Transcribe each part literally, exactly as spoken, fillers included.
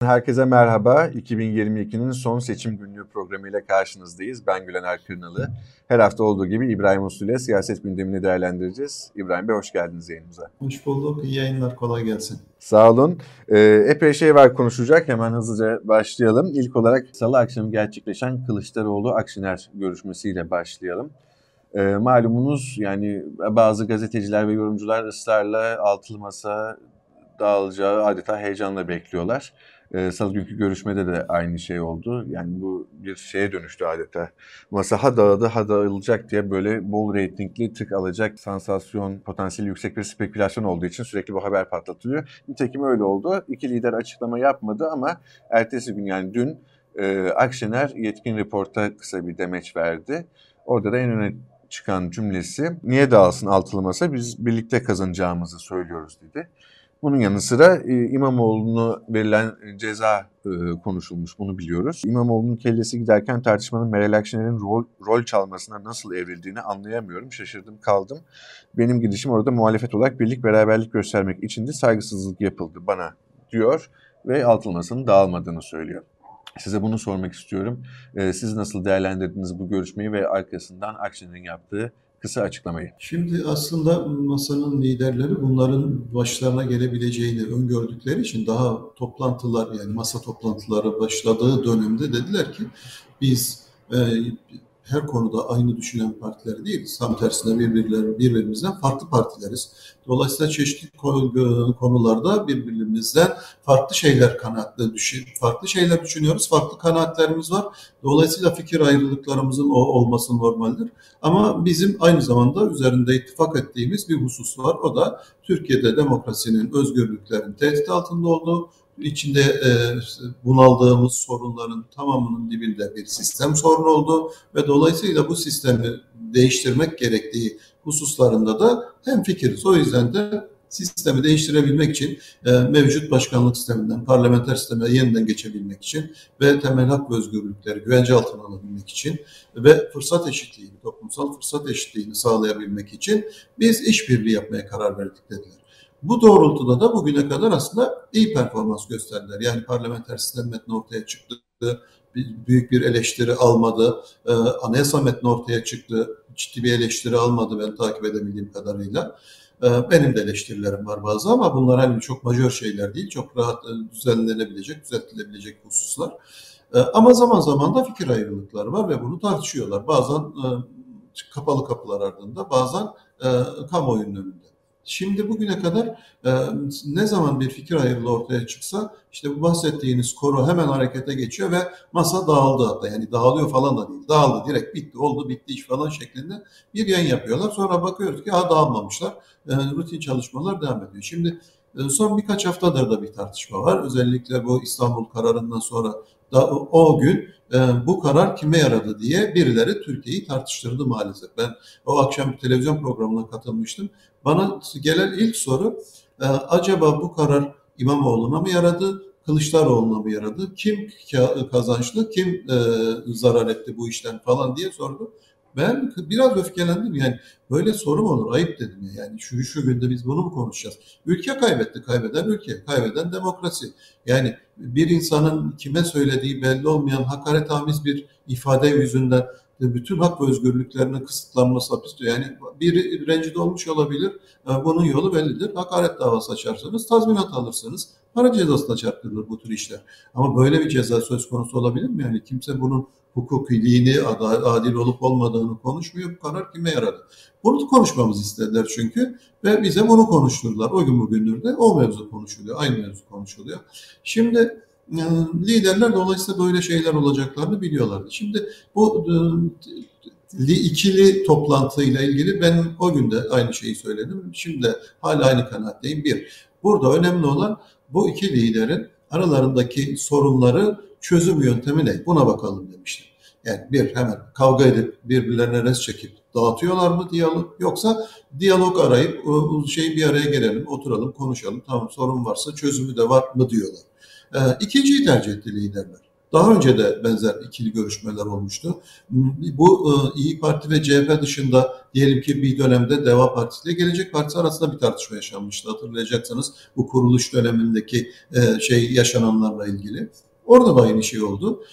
Herkese merhaba. iki bin yirmi ikinin son seçim günlüğü programıyla karşınızdayız. Ben Gülener Kırnalı. Her hafta olduğu gibi İbrahim Uslu ile siyaset gündemini değerlendireceğiz. İbrahim Bey hoş geldiniz yayınımıza. Hoş bulduk. İyi yayınlar. Kolay gelsin. Sağ olun. Ee, epey şey var konuşacak. Hemen hızlıca başlayalım. İlk olarak Salı akşamı gerçekleşen Kılıçdaroğlu-Akşener görüşmesiyle başlayalım. Ee, malumunuz yani bazı gazeteciler ve yorumcular ısrarla altılı masa dağılacağı adeta heyecanla bekliyorlar. Ee, Salı günkü görüşmede de aynı şey oldu. Yani bu bir şeye dönüştü adeta. Masa ha dağıldı ha dağılacak diye böyle bol reytingli tık alacak sansasyon, potansiyeli yüksek bir spekülasyon olduğu için sürekli bu haber patlatılıyor. Nitekim öyle oldu. İki lider açıklama yapmadı ama ertesi gün yani dün e, Akşener Yetkin Report'a kısa bir demeç verdi. Orada da en öne çıkan cümlesi niye dağılsın altılı masa biz birlikte kazanacağımızı söylüyoruz dedi. Bunun yanı sıra e, İmamoğlu'na verilen ceza e, konuşulmuş, bunu biliyoruz. İmamoğlu'nun kellesi giderken tartışmanın Meral Akşener'in rol, rol çalmasına nasıl evrildiğini anlayamıyorum, şaşırdım kaldım. Benim gidişim orada muhalefet olarak birlik beraberlik göstermek için de saygısızlık yapıldı bana diyor ve altılı masanın dağılmadığını söylüyor. Size bunu sormak istiyorum. E, siz nasıl değerlendirdiniz bu görüşmeyi ve arkasından Akşener'in yaptığı kısa açıklamayı? Şimdi aslında masanın liderleri bunların başlarına gelebileceğini öngördükleri için daha toplantılar yani masa toplantıları başladığı dönemde dediler ki biz e, her konuda aynı düşünen partiler değiliz. Tam tersine birbirleri, birbirimizden farklı partileriz. Dolayısıyla çeşitli konularda birbirimizden farklı şeyler kanaatle düşün, farklı şeyler düşünüyoruz, farklı kanaatlerimiz var. Dolayısıyla fikir ayrılıklarımızın o olması normaldir. Ama bizim aynı zamanda üzerinde ittifak ettiğimiz bir husus var. O da Türkiye'de demokrasinin, özgürlüklerin tehdit altında olduğu, içinde e, bunaldığımız sorunların tamamının dibinde bir sistem sorunu oldu ve dolayısıyla bu sistemi değiştirmek gerektiği hususlarında da hemfikiriz. O yüzden de sistemi değiştirebilmek için e, mevcut başkanlık sisteminden parlamenter sisteme yeniden geçebilmek için ve temel hak ve özgürlükleri güvence altına alabilmek için ve fırsat eşitliğini, toplumsal fırsat eşitliğini sağlayabilmek için biz işbirliği yapmaya karar verdik dediler. Bu doğrultuda da bugüne kadar aslında iyi performans gösterdiler. Yani parlamenter sistem metni ortaya çıktı, büyük bir eleştiri almadı, e, anayasa metni ortaya çıktı, ciddi bir eleştiri almadı ben takip edebildiğim kadarıyla. Benim de eleştirilerim var bazı ama bunlar hani çok majör şeyler değil. Çok rahat düzenlenebilecek, düzeltilebilecek hususlar. Ama zaman zaman da fikir ayrılıkları var ve bunu tartışıyorlar. Bazen kapalı kapılar ardında, bazen kamuoyunun önünde. Şimdi bugüne kadar e, ne zaman bir fikir ayrılığı ortaya çıksa işte bu bahsettiğiniz koro hemen harekete geçiyor ve masa dağıldı hatta yani dağılıyor falan da değil. Dağıldı direkt bitti oldu bitti iş falan şeklinde bir yayın yapıyorlar. Sonra bakıyoruz ki ha dağılmamışlar. E, rutin çalışmalar devam ediyor. Şimdi e, son birkaç haftadır da bir tartışma var. Özellikle bu İstanbul kararından sonra da, o gün e, bu karar kime yaradı diye birileri Türkiye'yi tartıştırdı maalesef. Ben o akşam bir televizyon programına katılmıştım. Bana gelen ilk soru e, acaba bu karar İmamoğlu'na mı yaradı, Kılıçdaroğlu'na mı yaradı? Kim kazançlı, kim e, zarar etti bu işten falan diye sordu. Ben biraz öfkelendim yani böyle soru mu olur ayıp dedim ya yani şu şu günde biz bunu mu konuşacağız? Ülke kaybetti, kaybeden ülke, kaybeden demokrasi. Yani bir insanın kime söylediği belli olmayan hakaretamiz bir ifade yüzünden bütün hak ve özgürlüklerinin kısıtlanması hapis diyor. Yani bir rencide olmuş olabilir. Bunun yolu bellidir. Hakaret davası açarsanız tazminat alırsınız. Para cezasına çarptırılır bu tür işler. Ama böyle bir ceza söz konusu olabilir mi? Yani kimse bunun hukukiliğini, adil olup olmadığını konuşmuyor. Bu karar kime yaradı? Bunu konuşmamızı istediler çünkü ve bize bunu konuşturdular. O gün bugündür de o mevzu konuşuluyor. Aynı mevzu konuşuluyor. Şimdi liderler dolayısıyla böyle şeyler olacaklarını biliyorlardı. Şimdi bu ikili toplantıyla ilgili ben o gün de aynı şeyi söyledim. Şimdi de hala aynı kanaatteyim. Bir, burada önemli olan bu iki liderin aralarındaki sorunları çözüm yöntemi ne? Buna bakalım demiştim. Yani bir hemen kavga edip birbirlerine res çekip dağıtıyorlar mı diyalog yoksa diyalog arayıp şeyi bir araya gelelim, oturalım, konuşalım. Tamam sorun varsa çözümü de var mı diyorlar. E, ikinciyi tercih etti liderler. Daha önce de benzer ikili görüşmeler olmuştu. Bu İYİ Parti ve C H P dışında diyelim ki bir dönemde Deva Partisi ile Gelecek Partisi arasında bir tartışma yaşanmıştı. Hatırlayacaksınız bu kuruluş dönemindeki şey yaşananlarla ilgili. Orada da aynı şey oldu.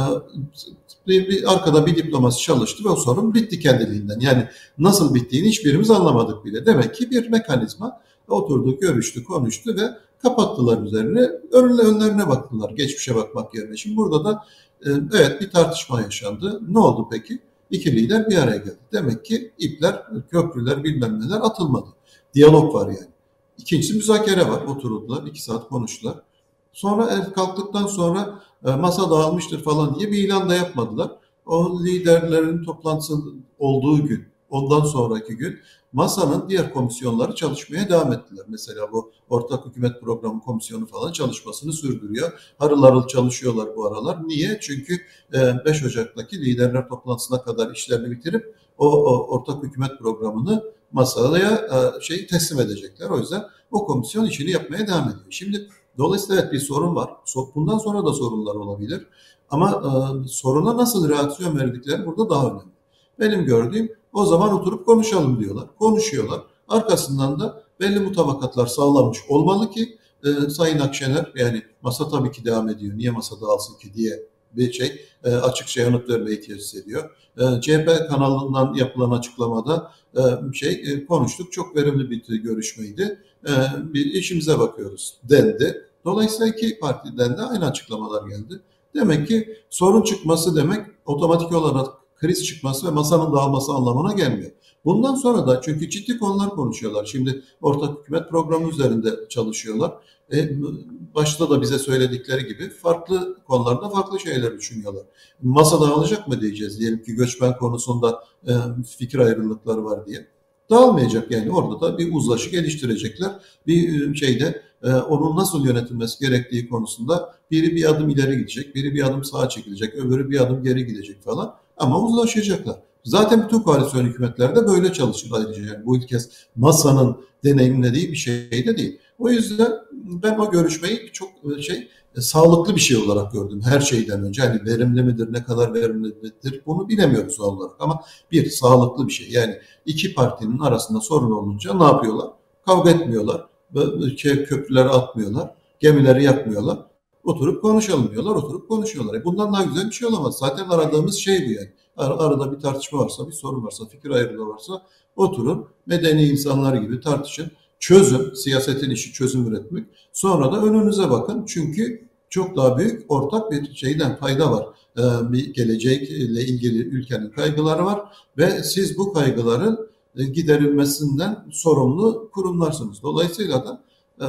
Bir, bir arkada bir diplomasi çalıştı ve o sorun bitti kendiliğinden. Yani nasıl bittiğini hiçbirimiz anlamadık bile. Demek ki bir mekanizma oturdu, görüştü, konuştu ve kapattılar üzerine. Önüne, önlerine baktılar geçmişe bakmak yerine. Şimdi burada da evet bir tartışma yaşandı. Ne oldu peki? İki lider bir araya geldi. Demek ki ipler, köprüler bilmem neler atılmadı. Diyalog var yani. İkincisi müzakere var. Oturdular, iki saat konuştular. Sonra el kalktıktan sonra e, masa dağılmıştır falan diye bir ilan da yapmadılar. O liderlerin toplantısı olduğu gün, ondan sonraki gün masanın diğer komisyonları çalışmaya devam ettiler. Mesela bu Ortak Hükümet Programı Komisyonu falan çalışmasını sürdürüyor. Harıl harıl çalışıyorlar bu aralar. Niye? Çünkü e, beş Ocak'taki liderler toplantısına kadar işlerini bitirip o, o Ortak Hükümet Programı'nı masaya e, şey teslim edecekler. O yüzden o komisyon işini yapmaya devam ediyor. Şimdi dolayısıyla evet bir sorun var. Bundan sonra da sorunlar olabilir. Ama e, soruna nasıl reaksiyon verdikleri burada daha önemli. Benim gördüğüm o zaman oturup konuşalım diyorlar. Konuşuyorlar. Arkasından da belli mutabakatlar sağlanmış olmalı ki e, Sayın Akşener yani masa tabii ki devam ediyor. Niye masa dağılsın ki diye bir şey e, açıkça yanıt vermeye ihtiyaç hissediyor. E, C H P kanalından yapılan açıklamada e, şey e, konuştuk. Çok verimli bir görüşmeydi. E, bir işimize bakıyoruz dendi. Dolayısıyla iki partiden de aynı açıklamalar geldi. Demek ki sorun çıkması demek otomatik olarak kriz çıkması ve masanın dağılması anlamına gelmiyor. Bundan sonra da çünkü ciddi konular konuşuyorlar. Şimdi ortak hükümet programı üzerinde çalışıyorlar. E, başta da bize söyledikleri gibi farklı konularda farklı şeyler düşünüyorlar. Masa dağılacak mı diyeceğiz diyelim ki göçmen konusunda e, fikir ayrılıkları var diye. Dağılmayacak yani orada da bir uzlaşı geliştirecekler. Bir şeyde e, onun nasıl yönetilmesi gerektiği konusunda biri bir adım ileri gidecek, biri bir adım sağa çekilecek, öbürü bir adım geri gidecek falan. Ama uzlaşacaklar. Zaten bütün koalisyon hükümetler de böyle çalışır ayrıca. Yani bu ilk kez masanın deneyimlediği bir şey de değil. O yüzden ben o görüşmeyi çok şey sağlıklı bir şey olarak gördüm her şeyden önce. Hani verimli midir, ne kadar verimli midir bunu bilemiyoruz olarak. Ama bir sağlıklı bir şey. Yani iki partinin arasında sorun olunca ne yapıyorlar? Kavga etmiyorlar. Şey, köprüleri atmıyorlar. Gemileri yakmıyorlar. Oturup konuşalım diyorlar, oturup konuşuyorlar. E bundan daha güzel bir şey olamaz. Zaten aradığımız şey bu yani. Ar- arada bir tartışma varsa, bir sorun varsa, fikir ayrılığı varsa oturun, medeni insanlar gibi tartışın. Çözün, siyasetin işi çözüm üretmek. Sonra da önünüze bakın. Çünkü çok daha büyük ortak bir şeyden fayda var. Ee, bir gelecekle ilgili ülkenin kaygıları var ve siz bu kaygıların giderilmesinden sorumlu kurumlarsınız. Dolayısıyla da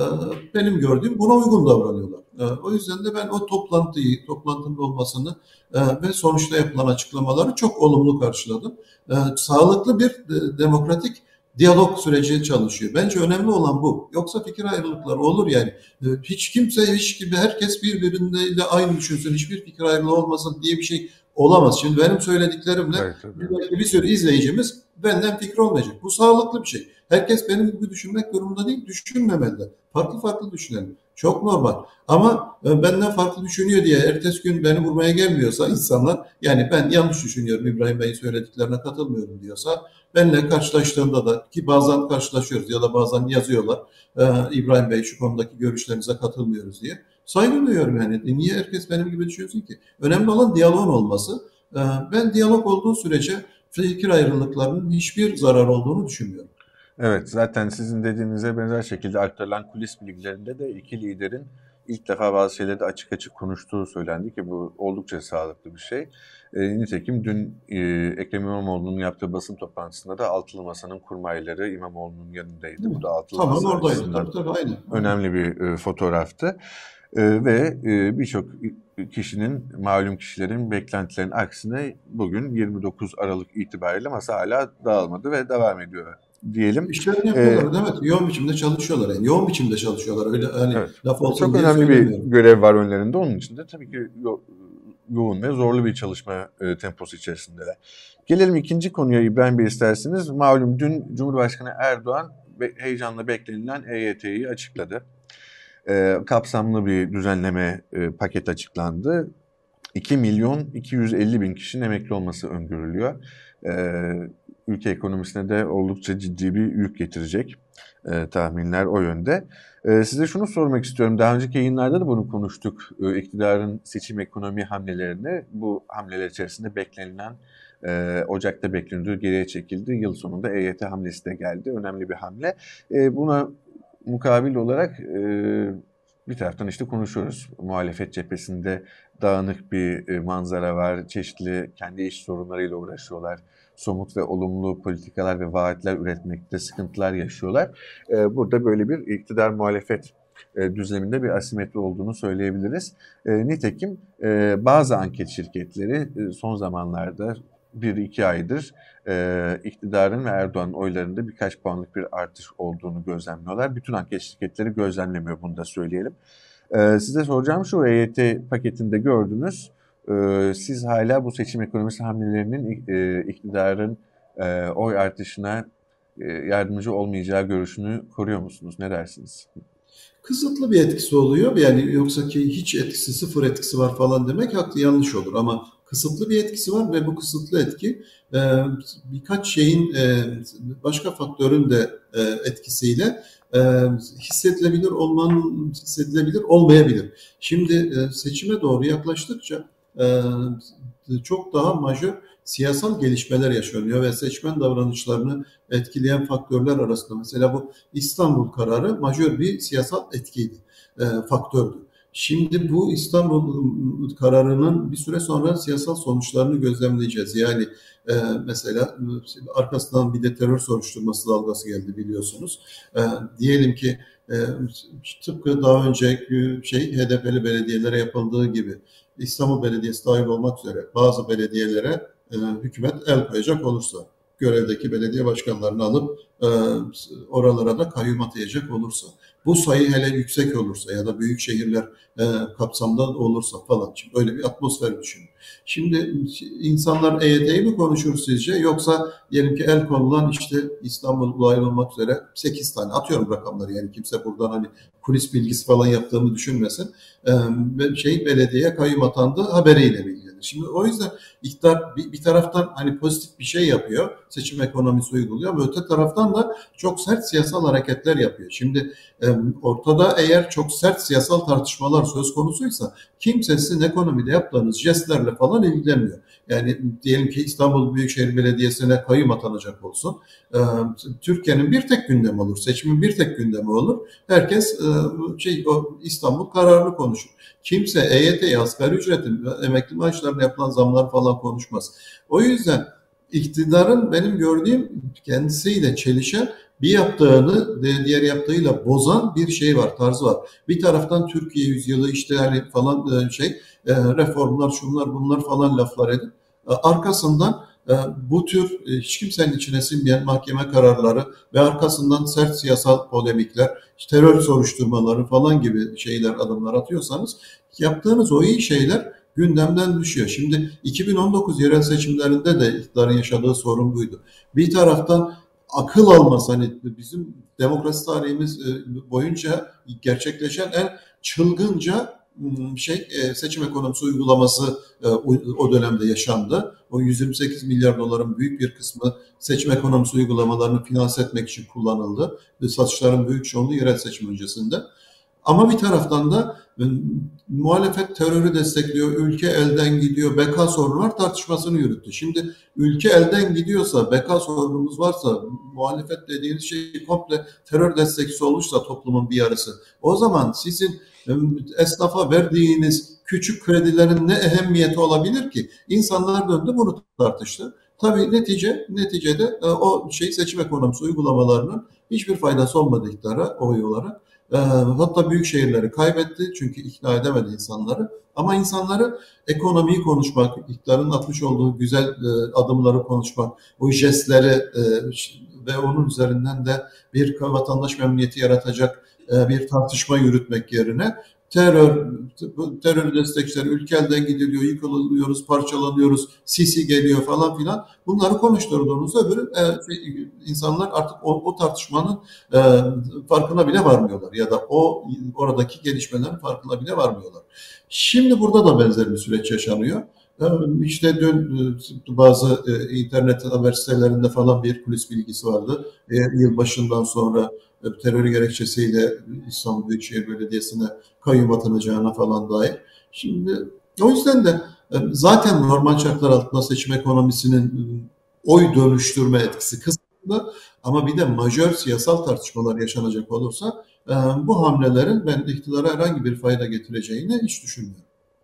benim gördüğüm buna uygun davranıyorlar. O yüzden de ben o toplantıyı, toplantının olmasını ve sonuçta yapılan açıklamaları çok olumlu karşıladım. Sağlıklı bir demokratik diyalog süreci çalışıyor. Bence önemli olan bu. Yoksa fikir ayrılıkları olur yani. Hiç kimse, hiç gibi herkes birbiriyle aynı düşünsün, hiçbir fikir ayrılığı olmasın diye bir şey olamaz. Şimdi benim söylediklerimle Evet, bir sürü izleyicimiz benden fikir olmayacak. Bu sağlıklı bir şey. Herkes benim gibi düşünmek durumunda değil, düşünmemeli de. Farklı farklı düşünelim. Çok normal. Ama benden farklı düşünüyor diye ertesi gün beni vurmaya gelmiyorsa insanlar, yani ben yanlış düşünüyorum, İbrahim Bey'in söylediklerine katılmıyorum diyorsa, benimle karşılaştığında da ki bazen karşılaşıyoruz ya da bazen yazıyorlar, İbrahim Bey şu konudaki görüşlerinize katılmıyoruz diye. Saygı duyuyorum yani. Niye herkes benim gibi düşünüyorsun ki? Önemli olan diyaloğun olması. Ben diyalog olduğu sürece fikir ayrılıklarının hiçbir zarar olduğunu düşünmüyorum. Evet, zaten sizin dediğinize benzer şekilde aktarılan kulis bilgilerinde de iki liderin ilk defa bazı şeyleri de açık açık konuştuğu söylendi ki bu oldukça sağlıklı bir şey. E, nitekim dün e, Ekrem İmamoğlu'nun yaptığı basın toplantısında da Altılı Masa'nın kurmayları İmamoğlu'nun yanındaydı. Bu da Altılı Tamam, Masa oradaydı. açısından Tabii tabii aynen. önemli bir e, fotoğraftı. E, ve e, birçok kişinin, malum kişilerin beklentilerinin aksine bugün yirmi dokuz Aralık itibariyle masa hala dağılmadı ve devam ediyor diyelim. İşlerini yapıyorlar, ee, evet. Yoğun biçimde çalışıyorlar. Yani yoğun biçimde çalışıyorlar. Öyle hani evet, laf olsun çok diye önemli bir söylemiyorum. görev var önlerinde. Onun için de tabii ki yo- yoğun ve zorlu bir çalışma e, temposu içerisindeler. Gelelim ikinci konuya İbrahim Bey isterseniz. Malum dün Cumhurbaşkanı Erdoğan be- heyecanla beklenilen E Y T'yi açıkladı. E, kapsamlı bir düzenleme e, paket açıklandı. iki milyon iki yüz elli bin kişinin emekli olması öngörülüyor. Ülke ekonomisine de oldukça ciddi bir yük getirecek. Tahminler o yönde. Size şunu sormak istiyorum. Daha önceki yayınlarda da bunu konuştuk. İktidarın seçim ekonomi hamlelerini, bu hamleler içerisinde beklenilen, Ocak'ta bekleniyordu, geriye çekildi. Yıl sonunda E Y T hamlesi de geldi. Önemli bir hamle. Buna mukabil olarak bir taraftan işte konuşuyoruz. Muhalefet cephesinde dağınık bir manzara var. Çeşitli kendi iş sorunlarıyla uğraşıyorlar. Somut ve olumlu politikalar ve vaatler üretmekte sıkıntılar yaşıyorlar. Burada böyle bir iktidar muhalefet düzleminde bir asimetri olduğunu söyleyebiliriz. Nitekim bazı anket şirketleri son zamanlarda bir iki aydır iktidarın ve Erdoğan'ın oylarında birkaç puanlık bir artış olduğunu gözlemliyorlar. Bütün anket şirketleri gözlemlemiyor, bunu da söyleyelim. Size soracağım şu: E Y T paketinde gördünüz. Siz hala bu seçim ekonomisi hamlelerinin iktidarın oy artışına yardımcı olmayacağı görüşünü koruyor musunuz? Ne dersiniz? Kısıtlı bir etkisi oluyor. Yani yoksa ki hiç etkisi, sıfır etkisi var falan demek haklı, yanlış olur. Ama kısıtlı bir etkisi var ve bu kısıtlı etki birkaç şeyin, başka faktörün de etkisiyle hissedilebilir olman, hissedilebilir olmayabilir. Şimdi seçime doğru yaklaştıkça çok daha majör siyasal gelişmeler yaşanıyor ve seçmen davranışlarını etkileyen faktörler arasında mesela bu İstanbul kararı majör bir siyasal etkiydi, e, faktördü. Şimdi bu İstanbul kararının bir süre sonra siyasal sonuçlarını gözlemleyeceğiz. Yani e, mesela arkasından bir de terör soruşturması dalgası geldi, biliyorsunuz. E, diyelim ki e, tıpkı daha önceki şey H D P'li belediyelere yapıldığı gibi İstanbul Belediyesi dahil olmak üzere bazı belediyelere e, hükümet el koyacak olursa, görevdeki belediye başkanlarını alıp e, oralara da kayyum atayacak olursa, bu sayı hele yüksek olursa ya da büyük şehirler e, kapsamda olursa falan, şimdi öyle bir atmosfer düşünün. Şimdi insanlar E Y T'yi mi konuşur sizce, yoksa diyelim ki el konulan işte İstanbul dahil olmak üzere sekiz tane, atıyorum rakamları, yani kimse buradan hani kulis bilgisi falan yaptığımı düşünmesin, e, şey belediyeye kayyum atandı haberiyle bilgilenir. Şimdi o yüzden iktidar bir, bir taraftan hani pozitif bir şey yapıyor, seçim ekonomisi uyguluyor, ama öte taraftan da çok sert siyasal hareketler yapıyor. Şimdi e, ortada eğer çok sert siyasal tartışmalar söz konusuysa kimse sizin ekonomide yaptığınız jestlerle falan ilgilenmiyor. Yani diyelim ki İstanbul Büyükşehir Belediyesi'ne kayyum atanacak olsun. E, Türkiye'nin bir tek gündemi olur, seçimin bir tek gündemi olur. Herkes e, şey o İstanbul kararını konuşur. Kimse E Y T'yi, asgari ücretin, emekli maaşlarına yapılan zamlar falan konuşmaz. O yüzden iktidarın benim gördüğüm kendisiyle çelişen, bir yaptığını diğer yaptığıyla bozan bir şey var, tarzı var. Bir taraftan Türkiye yüzyılı işte hani falan şey reformlar, şunlar bunlar falan laflar edip arkasından bu tür hiç kimsenin içine sinmeyen mahkeme kararları ve arkasından sert siyasal polemikler, terör soruşturmaları falan gibi şeyler, adımlar atıyorsanız yaptığınız o iyi şeyler gündemden düşüyor. Şimdi iki bin on dokuz yerel seçimlerinde de iktidarın yaşadığı sorun buydu. Bir taraftan akıl almaz, hani bizim demokrasi tarihimiz boyunca gerçekleşen en çılgınca şey seçim ekonomisi uygulaması o dönemde yaşandı. O yüz yirmi sekiz milyar doların büyük bir kısmı seçim ekonomisi uygulamalarını finanse etmek için kullanıldı. Satışların büyük çoğunluğu yerel seçim öncesinde. Ama bir taraftan da muhalefet terörü destekliyor, ülke elden gidiyor, beka sorunu var tartışmasını yürüttü. Şimdi ülke elden gidiyorsa, beka sorunumuz varsa, muhalefet dediğiniz şey komple terör destekçisi olursa toplumun bir yarısı, o zaman sizin esnafa verdiğiniz küçük kredilerin ne ehemmiyeti olabilir ki? İnsanlar döndü bunu tartıştı. Tabii netice, neticede o şey seçim ekonomisi uygulamalarının hiçbir faydası olmadı iktidara oy olarak. Hatta büyük şehirleri kaybetti çünkü ikna edemedi insanları. Ama insanları ekonomiyi konuşmak, iktidarın atmış olduğu güzel adımları konuşmak, o jestleri ve onun üzerinden de bir vatandaş memnuniyeti yaratacak bir tartışma yürütmek yerine terör, terör destekçileri ülkeden gidiliyor, yıkılıyoruz, parçalanıyoruz, Sisi geliyor falan filan. Bunları konuşturduğunuzda öbürü e, şey, insanlar artık o, o tartışmanın e, farkına bile varmıyorlar ya da o oradaki gelişmelerin farkına bile varmıyorlar. Şimdi burada da benzer bir süreç yaşanıyor. E, İşte dün e, bazı e, internet haber sitelerinde falan bir kulis bilgisi vardı. E, yılbaşından sonra e, terör gerekçesiyle İstanbul Büyükşehir Belediyesi'ne kayyum atanacağına falan dair. Şimdi o yüzden de e, zaten normal şartlar altında seçim ekonomisinin e, oy dönüştürme etkisi kısıtlı ama bir de majör siyasal tartışmalar yaşanacak olursa e, bu hamlelerin ben iktidara herhangi bir fayda getireceğini hiç düşünmüyorum.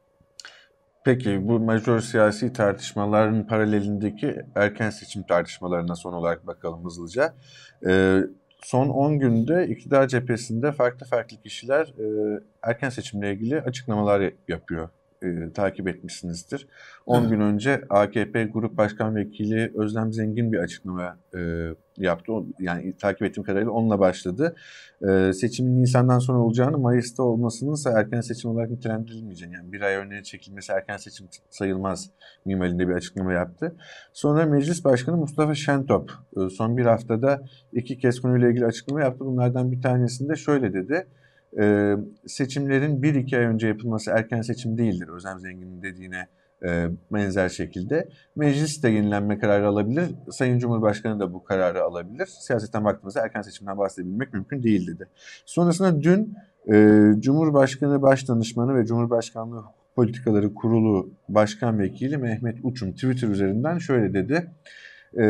Peki bu majör siyasi tartışmaların paralelindeki erken seçim tartışmalarına son olarak bakalım hızlıca. Ee, son on günde iktidar cephesinde farklı farklı kişiler e, erken seçimle ilgili açıklamalar yapıyor. E, takip etmişsinizdir. on Evet. gün önce A K P Grup Başkan Vekili Özlem Zengin bir açıklama e, yaptı. O, yani takip ettiğim kadarıyla onunla başladı. E, seçimin Nisan'dan sonra olacağını, Mayıs'ta olmasının ise erken seçim olarak nitelendirilmeyeceğini, yani bir ay önüne çekilmesi erken seçim sayılmaz minvalinde bir açıklama yaptı. Sonra Meclis Başkanı Mustafa Şentop e, son bir haftada iki kez konuyla ilgili açıklama yaptı. Bunlardan bir tanesinde şöyle dedi. Ee, seçimlerin bir iki ay önce yapılması erken seçim değildir. Özlem Zengin'in dediğine e, benzer şekilde. Meclis de yenilenme kararı alabilir. Sayın Cumhurbaşkanı da bu kararı alabilir. Siyasetten baktığımızda erken seçimden bahsedebilmek mümkün değil dedi. Sonrasında dün e, Cumhurbaşkanı Başdanışmanı ve Cumhurbaşkanlığı Hukuk Politikaları Kurulu Başkan Vekili Mehmet Uçum Twitter üzerinden şöyle dedi. E,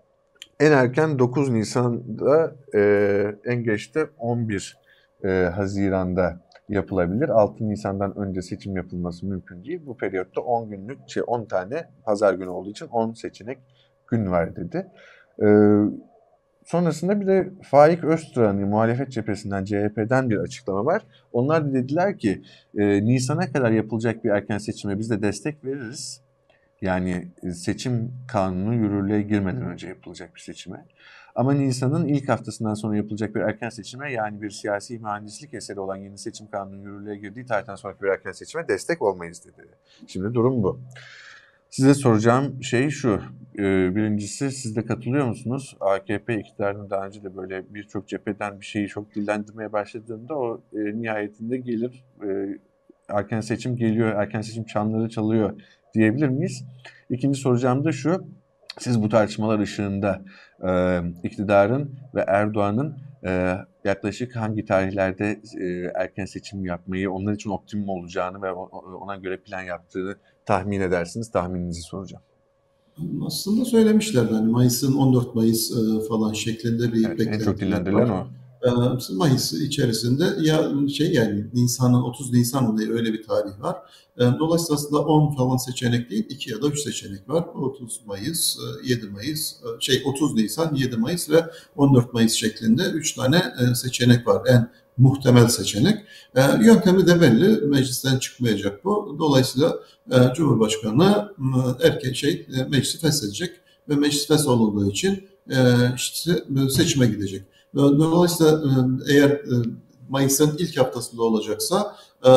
En erken dokuz Nisan'da, e, en geç de on bir e, Haziran'da yapılabilir. altı Nisan'dan önce seçim yapılması mümkün değil. Bu periyotta on günlük, şey on tane pazar günü olduğu için on seçenek gün var dedi. E, sonrasında bir de Faik Öztürk'ün muhalefet cephesinden C H P'den bir açıklama var. Onlar da dediler ki e, Nisan'a kadar yapılacak bir erken seçime biz de destek veririz. Yani seçim kanunu yürürlüğe girmeden önce yapılacak bir seçime. Ama Nisan'ın ilk haftasından sonra yapılacak bir erken seçime, yani bir siyasi mühendislik eseri olan yeni seçim kanunu yürürlüğe girdiği tarihten sonraki bir erken seçime destek olmayız dedi. Şimdi durum bu. Size soracağım şey şu. Birincisi, siz de katılıyor musunuz? A K P iktidarının daha önce de böyle birçok cepheden bir şeyi çok dillendirmeye başladığında o e, nihayetinde gelir, e, erken seçim geliyor, erken seçim çanları çalıyor diyebilir miyiz? İkinci soracağım da şu. Siz bu tartışmalar ışığında e, iktidarın ve Erdoğan'ın e, yaklaşık hangi tarihlerde e, erken seçim yapmayı, onlar için optimum olacağını ve ona göre plan yaptığını tahmin edersiniz? Tahmininizi soracağım. Aslında söylemişlerdi hani Mayıs'ın on dört Mayıs e, falan şeklinde bir Evet, en çok beklentiler dillendirilen var. o. E, Mayıs içerisinde ya şey yani Nisan'ın otuz Nisan diye öyle bir tarih var. E, Dolayısıyla aslında on falan seçenek değil, iki ya da üç seçenek var. otuz Mayıs, e, yedi Mayıs, e, şey otuz Nisan, yedi Mayıs ve on dört Mayıs şeklinde üç tane e, seçenek var. En muhtemel seçenek. E, yöntemi de belli. Meclisten çıkmayacak bu. Dolayısıyla e, Cumhurbaşkanı e, erken şey e, meclisi feshedecek ve meclis fesholunduğu için e, işte seçime gidecek. Dolayısıyla e, eğer e, Mayıs'ın ilk haftasında olacaksa e,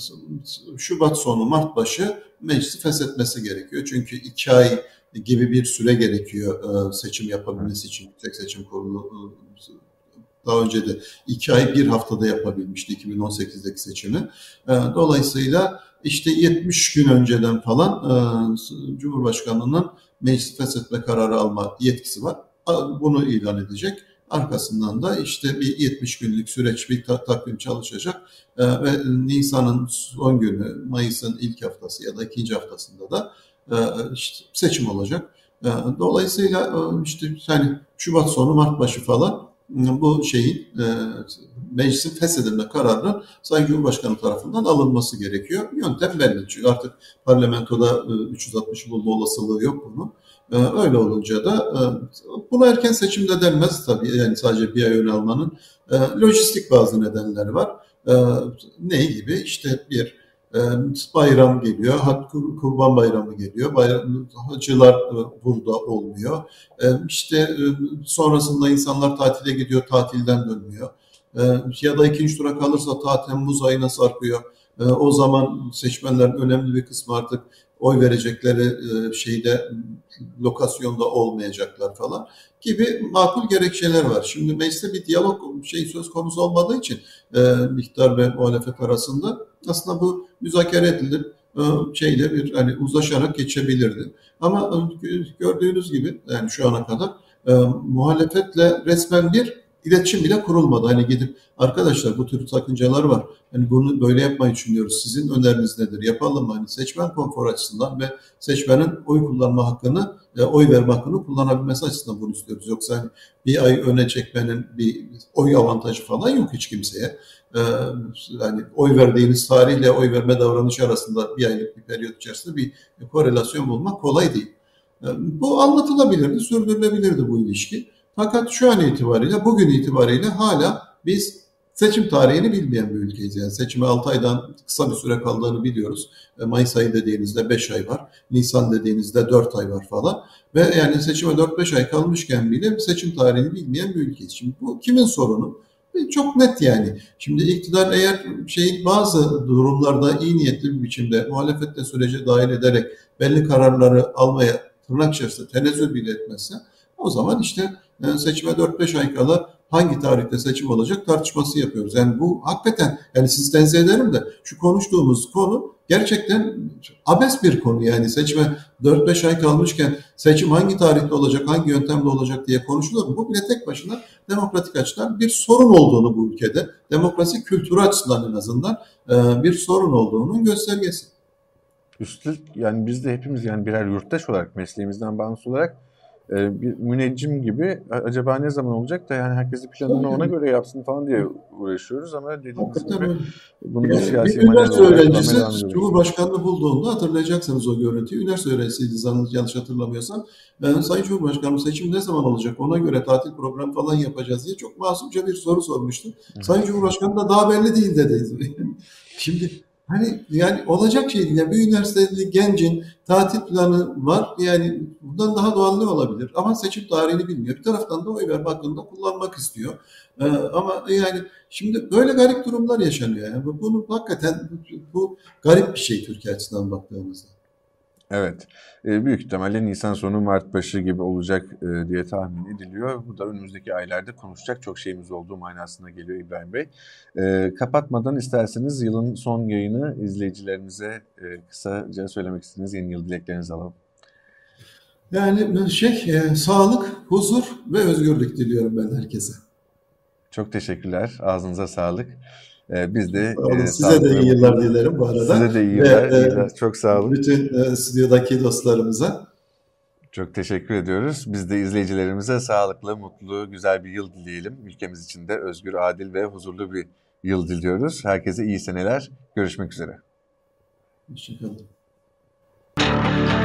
Şubat sonu Mart başı meclisi feshetmesi gerekiyor. Çünkü iki ay gibi bir süre gerekiyor e, seçim yapabilmesi için. Yüksek Seçim Kurulu e, daha önce de iki ay bir haftada yapabilmişti iki bin on sekizdeki seçimi. Dolayısıyla işte yetmiş gün önceden falan Cumhurbaşkanlığının meclis feshetme kararı alma yetkisi var. Bunu ilan edecek. Arkasından da işte bir yetmiş günlük süreç, bir takvim çalışacak ve Nisan'ın son günü, Mayıs'ın ilk haftası ya da ikinci haftasında da işte seçim olacak. Dolayısıyla işte yani Şubat sonu Mart başı falan bu şeyin e, meclisin feshedilme kararının Sayın Cumhurbaşkanı tarafından alınması gerekiyor. Yöntem belli çünkü artık parlamentoda e, üç yüz altmış bulma olasılığı yok bunun. E, öyle olunca da e, buna erken seçimde denmez tabii, yani sadece bir ay öne almanın e, lojistik bazı nedenleri var. E, ne gibi? İşte bir bayram geliyor, Kurban Bayramı geliyor, bayram, hacılar burada olmuyor. İşte sonrasında insanlar tatile gidiyor, tatilden dönmüyor. E, ya da ikinci tura kalırsa ta Temmuz ayına sarkıyor. E, o zaman seçmenlerin önemli bir kısmı artık oy verecekleri e, şeyde lokasyonda olmayacaklar falan gibi makul gerekçeler var. Şimdi mecliste bir diyalog şey söz konusu olmadığı için e, iktidar ve muhalefet arasında aslında bu müzakere edilip e, şeyle bir hani uzlaşarak geçebilirdi. Ama e, gördüğünüz gibi yani şu ana kadar e, muhalefetle resmen bir iletişim bile kurulmadı. Hani gidip arkadaşlar bu tür sakıncalar var. Hani bunu böyle yapmayı düşünüyoruz. Sizin öneriniz nedir? Yapalım mı? Hani seçmen konfor açısından ve seçmenin oy kullanma hakkını, e, oy verme hakkını kullanabilmesi açısından bunu istiyoruz. Yoksa hani bir ay öne çekmenin bir oy avantajı falan yok hiç kimseye. Ee, yani oy verdiğiniz tarihle oy verme davranışı arasında bir aylık bir periyot içerisinde bir korelasyon bulmak kolay değil. Ee, bu anlatılabilirdi, sürdürülebilirdi bu ilişki. Fakat şu an itibariyle, bugün itibariyle hala biz seçim tarihini bilmeyen bir ülkeyiz. Yani seçime altı aydan kısa bir süre kaldığını biliyoruz. Mayıs ayı dediğinizde beş ay var. Nisan dediğinizde dört ay var falan. Ve yani seçime dört beş ay kalmışken bile seçim tarihini bilmeyen bir ülkeyiz. Şimdi bu kimin sorunu? Çok net yani. Şimdi iktidar eğer şey bazı durumlarda iyi niyetli bir biçimde muhalefette sürece dahil ederek belli kararları almaya tırnak içerisinde tenezzül bile etmezse o zaman işte seçime dört beş ay kala hangi tarihte seçim olacak tartışması yapıyoruz. Yani bu hakikaten yani sizi tenzih ederim de şu konuştuğumuz konu gerçekten abes bir konu. Yani seçime dört beş ay kalmışken seçim hangi tarihte olacak, hangi yöntemle olacak diye konuşulur mu? Bu bile tek başına demokratik açıdan bir sorun olduğunu bu ülkede, demokrasi kültürü açısından en azından bir sorun olduğunun göstergesi. Üstelik yani biz de hepimiz yani birer yurttaş olarak mesleğimizden bağımsız olarak e, bir müneccim gibi acaba ne zaman olacak da yani herkes planını ona göre yapsın falan diye uğraşıyoruz ama dediğiniz gibi bunu bir Yani siyasi bir üniversite manevra olarak öğrencisi kullanmaya devam ediyoruz. Cumhurbaşkanlığı bulduğunda hatırlayacaksınız o görüntüyü. Üniversite öğrencisiydi yanlış hatırlamıyorsam. Yani, Sayın Cumhurbaşkanım seçim ne zaman olacak? Ona göre tatil programı falan yapacağız diye çok masumca bir soru sormuştu. Evet. Sayın Cumhurbaşkanım da daha belli değil dedi. Şimdi hani yani olacak şey değil. Yani bir üniversiteli gencin tatil planı var. Yani bundan daha doğal ne olabilir? Ama seçim tarihini bilmiyor. Bir taraftan da oy verme hakkında kullanmak istiyor. Ee, ama yani şimdi böyle garip durumlar yaşanıyor. Yani bunu hakikaten bu garip bir şey Türkiye açısından baktığımızda. Evet. E, büyük ihtimalle Nisan sonu Mart başı gibi olacak e, diye tahmin ediliyor. Bu da önümüzdeki aylarda konuşacak çok şeyimiz olduğu manasına geliyor İbrahim Bey. E, kapatmadan isterseniz yılın son yayını izleyicilerimize e, kısaca söylemek istediğiniz yeni yıl dileklerinizi alalım. Yani şey e, sağlık, huzur ve özgürlük diliyorum ben herkese. Çok teşekkürler. Ağzınıza sağlık. Ee, biz de e, size de iyi yıllar dilerim bu arada. Size de iyi yıllar. Ve, iyi yıllar. Çok sağ olun. Bütün e, stüdyodaki dostlarımıza. Çok teşekkür ediyoruz. Biz de izleyicilerimize sağlıklı, mutlu, güzel bir yıl dileyelim. Ülkemiz için de özgür, adil ve huzurlu bir yıl diliyoruz. Herkese iyi seneler. Görüşmek üzere. Hoşçakalın.